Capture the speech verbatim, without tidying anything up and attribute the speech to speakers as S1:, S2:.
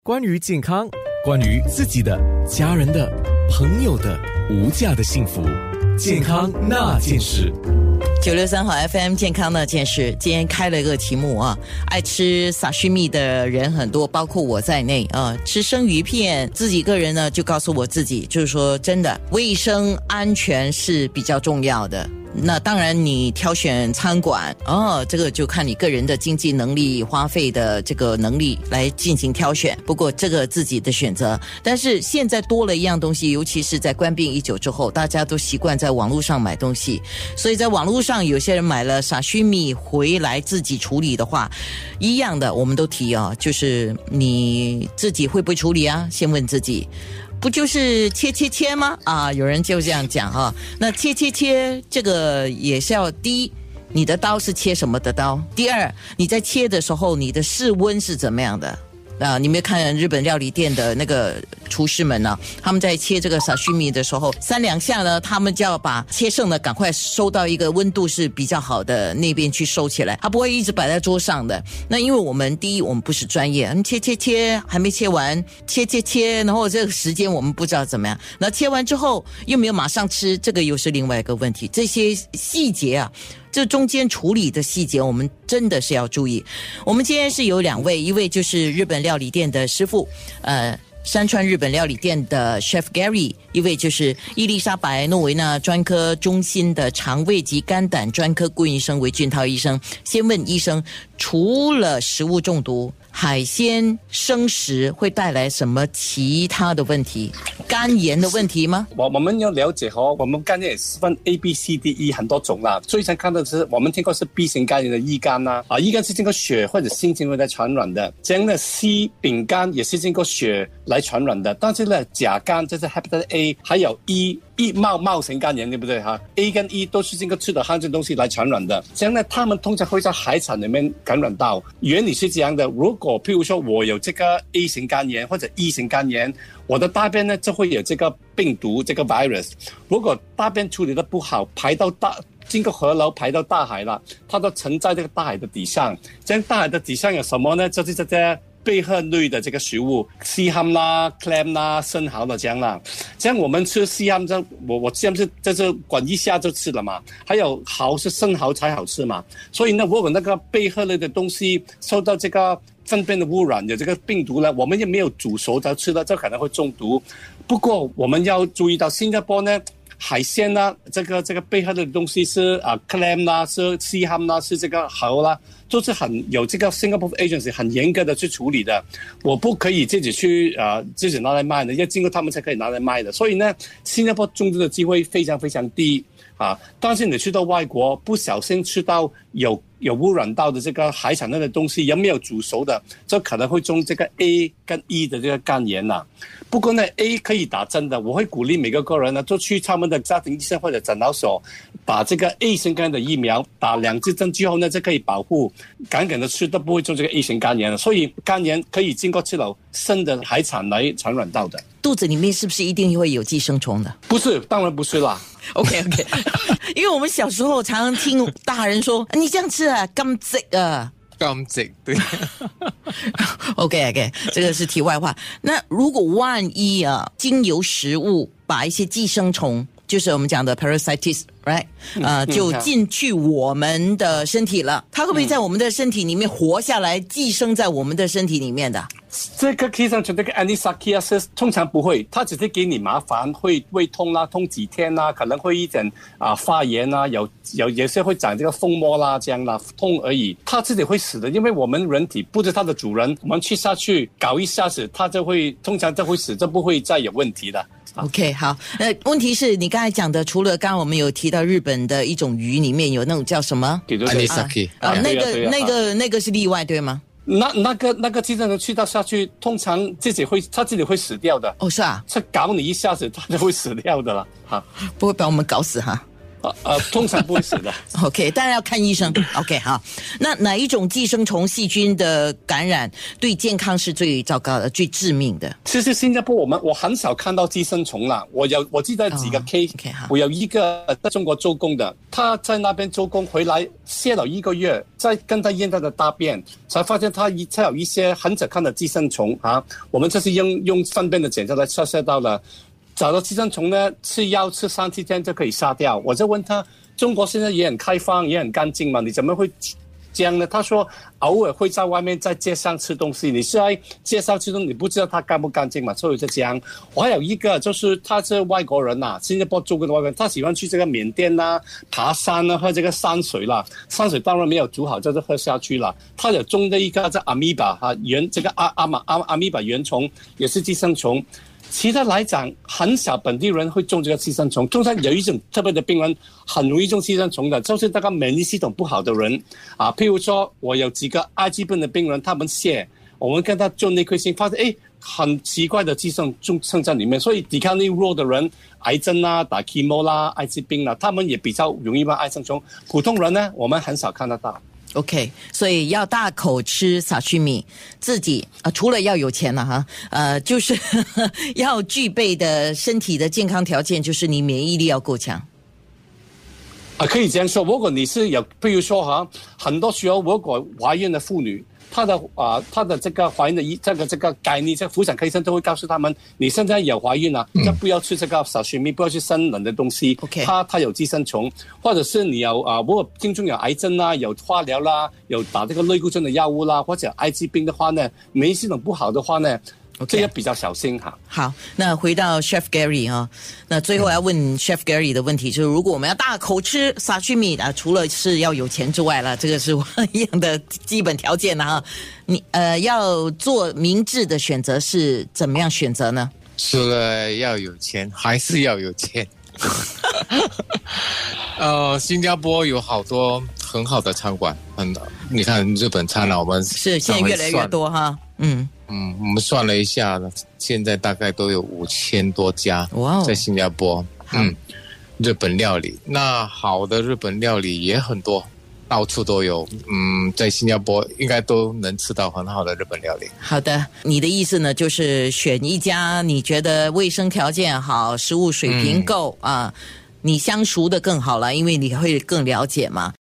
S1: 关于健康，关于自己的、家人的、朋友的无价的幸福，健康那件事。
S2: 九六三好 F M 健康那件事，今天开了一个题目啊，爱吃沙须米的人很多，包括我在内啊。吃生鱼片，自己个人呢就告诉我自己，就是说真的，卫生安全是比较重要的。那当然你挑选餐馆哦，这个就看你个人的经济能力、花费的这个能力来进行挑选，不过这个自己的选择。但是现在多了一样东西，尤其是在冠病已久之后，大家都习惯在网络上买东西，所以在网络上有些人买了沙须米回来自己处理的话，一样的我们都提啊，就是你自己会不会处理啊？先问自己。不就是切切切吗？啊，有人就这样讲哈。那切切切这个也是要，第一，你的刀是切什么的刀？第二，你在切的时候，你的室温是怎么样的？啊，你没有看日本料理店的那个厨师们呢？他们在切这个沙须米的时候，三两下呢，他们就要把切剩的赶快收到一个温度是比较好的那边去收起来，它不会一直摆在桌上的。那因为我们第一，我们不是专业，切切切还没切完，切切切，然后这个时间我们不知道怎么样，那切完之后又没有马上吃，这个又是另外一个问题。这些细节啊，这中间处理的细节我们真的是要注意。我们今天是有两位，一位就是日本料理店的师傅，呃山川日本料理店的 Chef Gary， 一位就是伊丽莎白诺维纳专科中心的肠胃及肝胆专科顾问医生韦俊涛医生。先问医生，除了食物中毒，海鲜生食会带来什么其他的问题？肝炎的问题吗？
S3: 我我们要了解哦，我们肝炎也是分 A、B、C、D、E 很多种啦。最常看到的是我们听过是 B 型肝炎的乙肝呐，啊，乙肝是经过血或者性行为来传染的。这样的 C 丙肝也是经过血来传染的，但是呢，甲肝就是 Hepatitis A， 还有 E。E 冒冒型肝炎对不对哈 ？A 跟 E 都是经过吃的汗这东西来传染的，这样呢，他们通常会在海产里面感染到。原理是这样的，如果譬如说我有这个 A 型肝炎或者 E 型肝炎，我的大便呢就会有这个病毒这个 virus。如果大便处理的不好，排到大。经过河流排到大海了，它都沉在这个大海的底上。这样大海的底上有什么呢？就是这些贝壳类的这个食物，西ham啦、clam 啦、生蚝啦这样啦。这样我们吃西ham，这我我这样是这是滚一下就吃了嘛。还有蚝是生蚝才好吃嘛。所以呢，如果那个贝壳类的东西受到这个粪便的污染，有这个病毒呢，我们也没有煮熟才吃了，这可能会中毒。不过我们要注意到，新加坡呢。海鲜啦，这个这个贝壳的东西是啊 clam 啦，是西ham啦，是这个蚝啦，都是很有这个 Singapore Agency 很严格的去处理的。我不可以自己去啊、呃、自己拿来卖的，要经过他们才可以拿来卖的。所以呢，新加坡中毒的机会非常非常低啊。但是你去到外国，不小心吃到有有污染到的这个海产类的东西，也没有煮熟的，这可能会中这个 A 跟 E 的这个肝炎啦。不过呢 ，A 可以打针的，我会鼓励每个个人呢，都去他们的家庭医生或者诊疗所，把这个 A 型肝炎的疫苗打两支针之后呢，就可以保护赶紧的吃都不会中这个 A 型肝炎了。所以肝炎可以经过吃了生的海产来传染到的。
S2: 肚子里面是不是一定会有寄生虫的？
S3: 不是，当然不是啦。
S2: OK OK， 因为我们小时候常常听大人说，你这样吃啊，甘蔗啊。
S4: 甘蔗，对。
S2: OK OK， 这个是题外话。那如果万一啊，经由食物把一些寄生虫，就是我们讲的 parasites，right， 呃，就进去我们的身体了，它会不会在我们的身体里面活下来，寄生在我们的身体里面的？
S3: 这个寄生虫这个 anisakis 通常不会，它只是给你麻烦，会胃痛啦，痛几天啦，可能会一点啊发炎啦，有有有些会长这个风膜啦，这样啦，痛而已。它自己会死的，因为我们人体不是它的主人，我们吃下去搞一下子，它就会通常就会死，就不会再有问题的。
S2: OK， 好，那问题是你刚才讲的，除了刚刚我们有提到日本的一种鱼里面有那种叫什么
S4: anisaki
S2: 啊，那个那个那个是例外对吗？
S3: 那那个那个寄生虫去到下去，通常自己会它自己会死掉的。
S2: 哦，是啊，
S3: 它搞你一下子，它就会死掉的了。哈，
S2: 不会把我们搞死哈。
S3: 呃呃，通常不会死的。
S2: OK， 当然要看医生。OK， 好。那哪一种寄生虫细菌的感染对健康是最糟糕的、最致命的？
S3: 其实新加坡我们我很少看到寄生虫啦。我有我记得几个 case，、
S2: 哦 okay，
S3: 我有一个在中国做工的，他在那边做工回来歇了一个月，再跟他验他的大便，才发现他一他有一些很少看的寄生虫啊。我们这是用用粪便的检测来测试到了。找到寄生虫呢，吃药吃三七天就可以杀掉。我就问他，中国现在也很开放，也很干净嘛，你怎么会这样呢？他说偶尔会在外面在街上吃东西，你是在街上吃东西，你不知道他干不干净嘛，所以就这样。我还有一个就是他是外国人呐、啊，新加坡住过的外国人，他喜欢去这个缅甸呐、啊、爬山啊，喝这个山水啦，山水当然没有煮好，就是喝下去了。他有种的一个叫阿米巴啊原这个阿阿马阿阿米巴原虫，也是寄生虫。其他来讲，很少本地人会中这个寄生虫。通常有一种特别的病人很容易中寄生虫的，就是那个免疫系统不好的人啊。譬如说，我有几个艾滋病的病人，他们泻，我们跟他做内窥镜，发现诶很奇怪的寄生虫生在里面，所以抵抗力弱的人，癌症啦、打 chemo 啦、艾滋病啦，他们也比较容易患艾滋虫。普通人呢，我们很少看得到。
S2: OK， 所以要大口吃沙须米，自己呃除了要有钱了、啊、哈，呃，就是呵呵要具备的身体的健康条件，就是你免疫力要够强。
S3: 啊，可以这样说。如果你是有，比如说哈，很多时候如果怀孕的妇女，她的啊，她的这个怀孕的医这个这个概念，这个妇产科医生都会告诉他们，你现在有怀孕了、啊，就不要吃这个沙须米，不要去生冷的东西。
S2: OK，
S3: 它它有寄生虫，或者是你有啊，如果听众有癌症啦，有化疗啦，有打这个类固醇的药物啦，或者艾滋病的话呢，免疫系统不好的话呢。Okay. 这也比较小心哈。
S2: 好，那回到 Chef Gary 啊，那最后要问 Chef Gary 的问题就是，如果我们要大口吃沙须米啊，除了是要有钱之外了，这个是一样的基本条件了哈。你呃要做明智的选择是怎么样选择呢？
S4: 除了要有钱，还是要有钱。呃，新加坡有好多很好的餐馆，很你看日本餐啊，我们
S2: 是现在越来越多哈，嗯。
S4: 嗯，我们算了一下，现在大概都有五千多家在新加坡。嗯，日本料理，那好的日本料理也很多，到处都有。嗯，在新加坡应该都能吃到很好的日本料理。
S2: 好的，你的意思呢，就是选一家你觉得卫生条件好、食物水平够、嗯、啊，你相熟的更好了，因为你会更了解嘛。